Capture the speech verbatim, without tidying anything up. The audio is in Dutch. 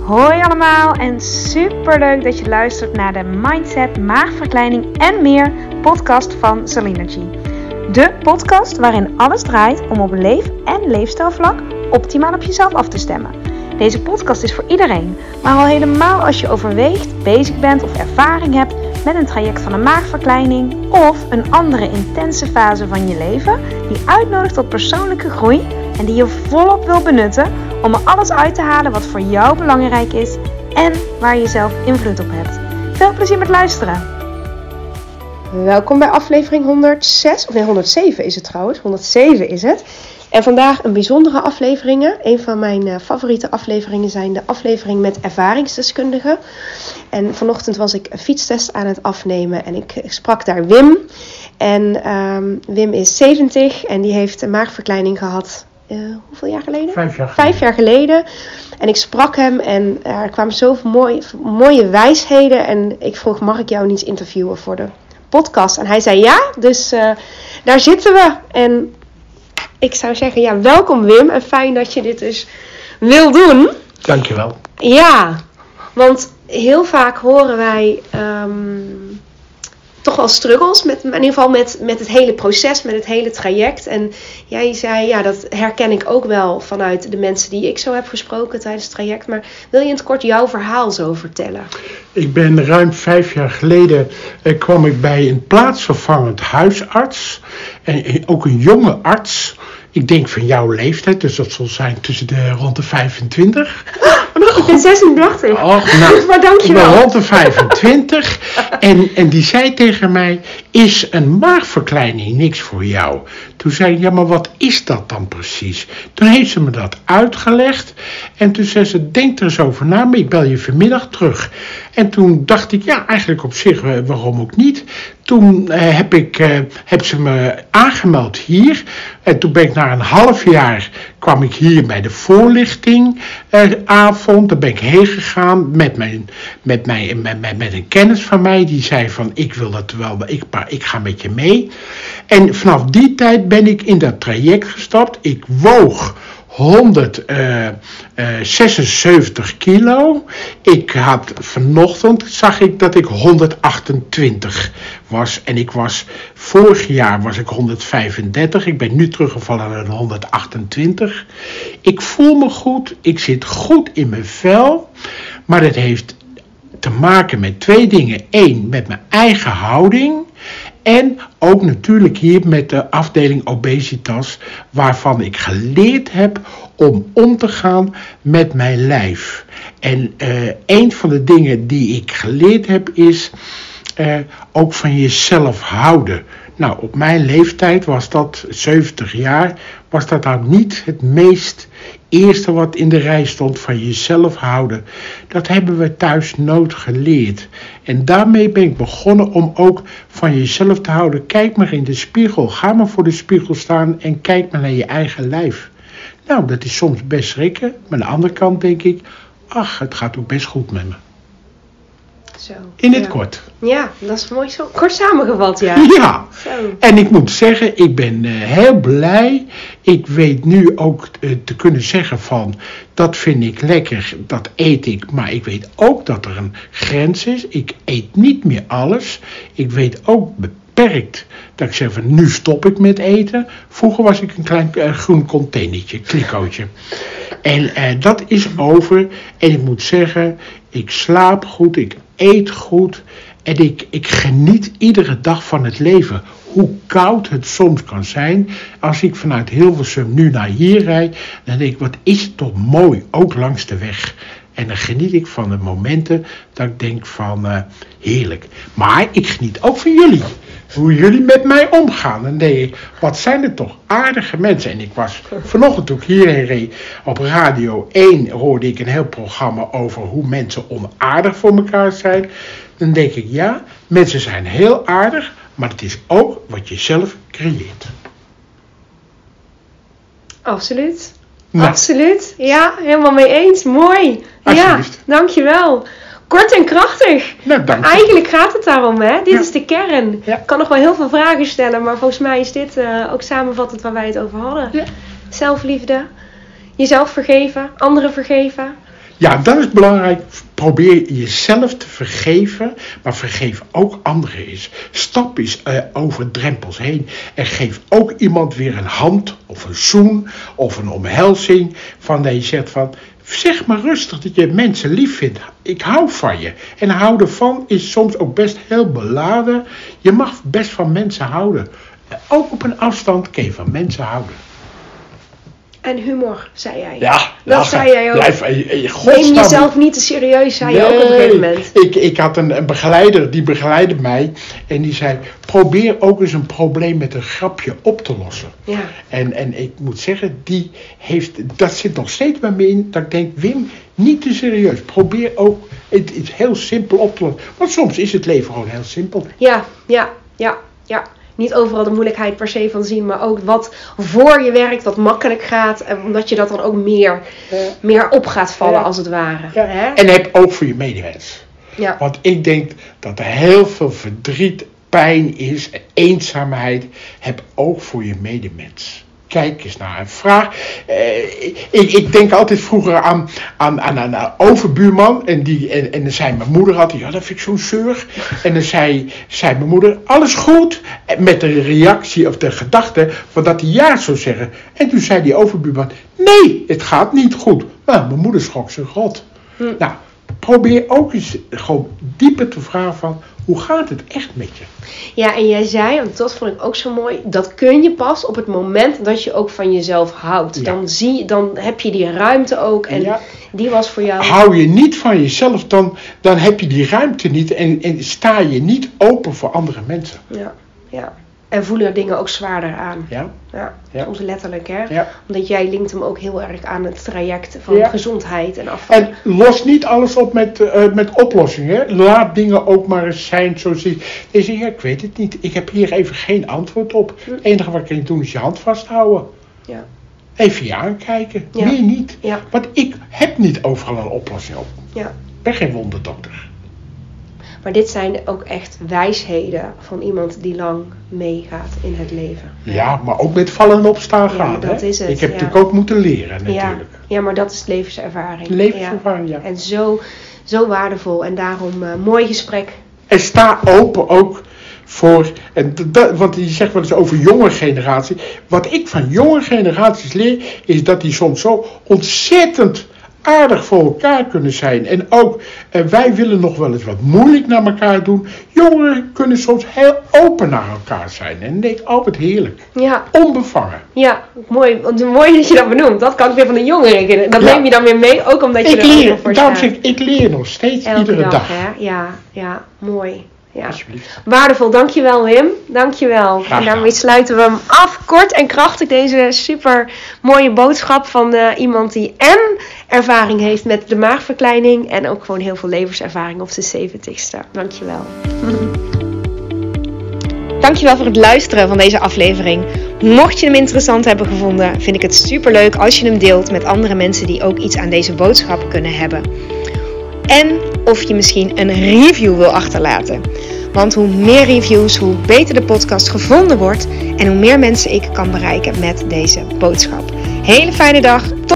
Hoi allemaal en super leuk dat je luistert naar de Mindset, Maagverkleining en meer podcast van Salinergy. De podcast waarin alles draait om op leef- en leefstijlvlak optimaal op jezelf af te stemmen. Deze podcast is voor iedereen, maar al helemaal als je overweegt, bezig bent of ervaring hebt met een traject van een maagverkleining of een andere intense fase van je leven die uitnodigt tot persoonlijke groei en die je volop wil benutten om er alles uit te halen wat voor jou belangrijk is en waar je zelf invloed op hebt. Veel plezier met luisteren! Welkom bij aflevering honderdzes, of nee honderdzeven is het trouwens, honderdzeven is het. En vandaag een bijzondere afleveringen. Een van mijn uh, favoriete afleveringen zijn de aflevering met ervaringsdeskundigen. En vanochtend was ik een fietstest aan het afnemen en ik, ik sprak daar Wim. En um, Wim is zeventig en die heeft een maagverkleining gehad. Uh, hoeveel jaar geleden? Vijf jaar geleden. Vijf jaar geleden. En ik sprak hem en er kwamen zoveel mooie, mooie wijsheden. En ik vroeg, mag ik jou niet interviewen voor de podcast? En hij zei ja, dus uh, daar zitten we. En ik zou zeggen, ja, welkom Wim. En fijn dat je dit dus wil doen. Dankjewel. Ja, want heel vaak horen wij um, toch wel struggles. Met, in ieder geval met, met het hele proces, met het hele traject. En jij zei, ja, dat herken ik ook wel vanuit de mensen die ik zo heb gesproken tijdens het traject. Maar wil je in het kort jouw verhaal zo vertellen? Ik ben ruim vijf jaar geleden, eh, kwam ik bij een plaatsvervangend huisarts. En eh, ook een jonge arts. Ik denk van jouw leeftijd, dus dat zal zijn tussen de rond de vijfentwintig. Ik ben zesendertig. Och, nou, maar dankjewel. Ik ben rond de vijfentwintig. en, en die zei tegen mij, is een maagverkleining niks voor jou? Toen zei ik, ja, maar wat is dat dan precies? Toen heeft ze me dat uitgelegd. En toen zei ze, denk er eens over na, maar ik bel je vanmiddag terug. En toen dacht ik, ja, eigenlijk op zich, waarom ook niet? Toen uh, heb, ik, uh, heb ze me aangemeld hier. En toen ben ik na een half jaar, kwam ik hier bij de voorlichting uh, avond. Daar ben ik heen gegaan met, mijn, met, mijn, met, met, met een kennis van mij. Die zei van, ik wil dat wel, ik, maar ik ga met je mee. En vanaf die tijd ben ik in dat traject gestapt. Ik woog honderdzesenzeventig kilo. Ik had vanochtend, zag ik dat ik honderdachtentwintig was. En ik was, vorig jaar was ik honderdvijfendertig. Ik ben nu teruggevallen naar honderdachtentwintig. Ik voel me goed. Ik zit goed in mijn vel. Maar het heeft te maken met twee dingen. Eén, met mijn eigen houding. En ook natuurlijk hier met de afdeling obesitas, waarvan ik geleerd heb om om te gaan met mijn lijf. En uh, een van de dingen die ik geleerd heb is uh, ook van jezelf houden. Nou, op mijn leeftijd was dat, zeventig jaar, was dat nou niet het meest eerste wat in de rij stond, van jezelf houden. Dat hebben we thuis nooit geleerd. En daarmee ben ik begonnen om ook van jezelf te houden. Kijk maar in de spiegel. Ga maar voor de spiegel staan en kijk maar naar je eigen lijf. Nou, dat is soms best schrikken. Maar aan de andere kant denk ik, ach, het gaat ook best goed met me. Zo, in het ja. kort. Ja, dat is mooi zo kort samengevat, ja. Ja, zo. En ik moet zeggen, ik ben uh, heel blij. Ik weet nu ook uh, te kunnen zeggen van, dat vind ik lekker, dat eet ik. Maar ik weet ook dat er een grens is. Ik eet niet meer alles. Ik weet ook beperkt dat ik zeg van, nu stop ik met eten. Vroeger was ik een klein uh, groen containertje, klikootje. En uh, dat is over. En ik moet zeggen, ik slaap goed, ik eet goed. En ik, ik geniet iedere dag van het leven. Hoe koud het soms kan zijn. Als ik vanuit Hilversum nu naar hier rijd, dan denk ik, wat is het toch mooi, ook langs de weg. En dan geniet ik van de momenten dat ik denk van, uh, heerlijk. Maar ik geniet ook van jullie. Hoe jullie met mij omgaan. En denk ik, wat zijn er toch aardige mensen. En ik was vanochtend toen ik hierheen reed, op Radio één hoorde ik een heel programma over hoe mensen onaardig voor elkaar zijn. Dan denk ik, ja, mensen zijn heel aardig, maar het is ook wat je zelf creëert. Absoluut. Nou. Absoluut. Ja, helemaal mee eens. Mooi. Alsjeblieft. Ja, dankjewel. Kort en krachtig. Nou, dank je. Eigenlijk gaat het daarom, hè? Dit Ja. is de kern. Ja. Ik kan nog wel heel veel vragen stellen, maar volgens mij is dit uh, ook samenvattend waar wij het over hadden. Ja. Zelfliefde, jezelf vergeven, anderen vergeven. Ja, dat is belangrijk. Probeer jezelf te vergeven, maar vergeef ook anderen eens. Stap eens uh, over drempels heen en geef ook iemand weer een hand of een zoen of een omhelzing. Van dat je zegt van, zeg maar rustig dat je mensen lief vindt. Ik hou van je. En houden van is soms ook best heel beladen. Je mag best van mensen houden. Ook op een afstand kun je van mensen houden. En humor, zei jij. Ja, dat lachen. zei jij ook. Blijf, je, je, Neem jezelf niet te serieus, zei nee, je ook op een gegeven moment. Ik, ik had een, een begeleider, die begeleidde mij. En die zei, probeer ook eens een probleem met een grapje op te lossen. Ja. En, en ik moet zeggen, die heeft, dat zit nog steeds bij me in. Dat ik denk, Wim, niet te serieus. Probeer ook het, het heel simpel op te lossen. Want soms is het leven gewoon heel simpel. Ja, ja, ja, ja. Niet overal de moeilijkheid per se van zien, maar ook wat voor je werkt, wat makkelijk gaat. En omdat je dat dan ook meer, ja. meer op gaat vallen, ja. als het ware. Ja. Hè? En heb ook voor je medemens. Ja. Want ik denk dat er heel veel verdriet, pijn is, eenzaamheid. Heb ook voor je medemens. Kijk eens naar een vraag. Eh, ik, ik denk altijd vroeger aan, aan, aan, aan een overbuurman. En, die, en, en dan zei mijn moeder altijd, ja, dat vind ik zo'n zeur. En dan zei, zei mijn moeder, alles goed. Met de reactie of de gedachte van dat hij ja zou zeggen. En toen zei die overbuurman, nee, het gaat niet goed. Nou, mijn moeder schrok zich rot. Hm. Nou, probeer ook eens gewoon dieper te vragen van, hoe gaat het echt met je? Ja, en jij zei, en dat vond ik ook zo mooi, dat kun je pas op het moment dat je ook van jezelf houdt. Ja. Dan, zie, dan heb je die ruimte ook en ja. die was voor jou. Hou je niet van jezelf, dan, dan heb je die ruimte niet en, en sta je niet open voor andere mensen. Ja, ja. En voelen dingen ook zwaarder aan. Ja. Ja, ja. soms letterlijk, hè. Ja. Omdat jij linkt hem ook heel erg aan het traject van ja. gezondheid en afval. En los niet alles op met, uh, met oplossingen. Laat dingen ook maar eens zijn zoals die. Je zegt, ja, ik weet het niet. Ik heb hier even geen antwoord op. Hm. Het enige wat ik kan doen is je hand vasthouden. Ja. Even je aankijken. Ja. Meer niet. Ja. Want ik heb niet overal een oplossing op. Ja. Ik ben geen wonderdokter. Maar dit zijn ook echt wijsheden van iemand die lang meegaat in het leven. Ja, maar ook met vallen en opstaan ja, gaan. Dat hè? is het, ik heb ja. natuurlijk ook moeten leren natuurlijk. Ja, ja, maar dat is levenservaring. Levenservaring, ja. ja. En zo, zo waardevol. En daarom uh, mooi gesprek. En sta open ook voor, en dat, want je zegt wel eens over jonge generatie. Wat ik van jonge generaties leer, is dat die soms zo ontzettend aardig voor elkaar kunnen zijn. En ook, eh, wij willen nog wel eens wat moeilijk naar elkaar doen. Jongeren kunnen soms heel open naar elkaar zijn. En ik denk, oh, wat heerlijk. Ja. Onbevangen. Ja, mooi. Mooi dat je dat benoemt. Dat kan ik weer van de jongeren. Dat ja. neem je dan weer mee, ook omdat je ik er leer, voor daarom staat. zeg ik, ik leer nog steeds Elke iedere dag. dag. Hè? Ja, ja, mooi. Ja. Alsjeblieft. Waardevol, dankjewel Wim. Dankjewel. Graag en daarmee sluiten we hem af. Kort en krachtig deze super mooie boodschap van uh, iemand die en ervaring heeft met de maagverkleining en ook gewoon heel veel levenservaring op de zeventigste. Dankjewel. Dankjewel voor het luisteren van deze aflevering. Mocht je hem interessant hebben gevonden, vind ik het super leuk als je hem deelt met andere mensen die ook iets aan deze boodschap kunnen hebben. En of je misschien een review wil achterlaten. Want hoe meer reviews, hoe beter de podcast gevonden wordt en hoe meer mensen ik kan bereiken met deze boodschap. Hele fijne dag. Tot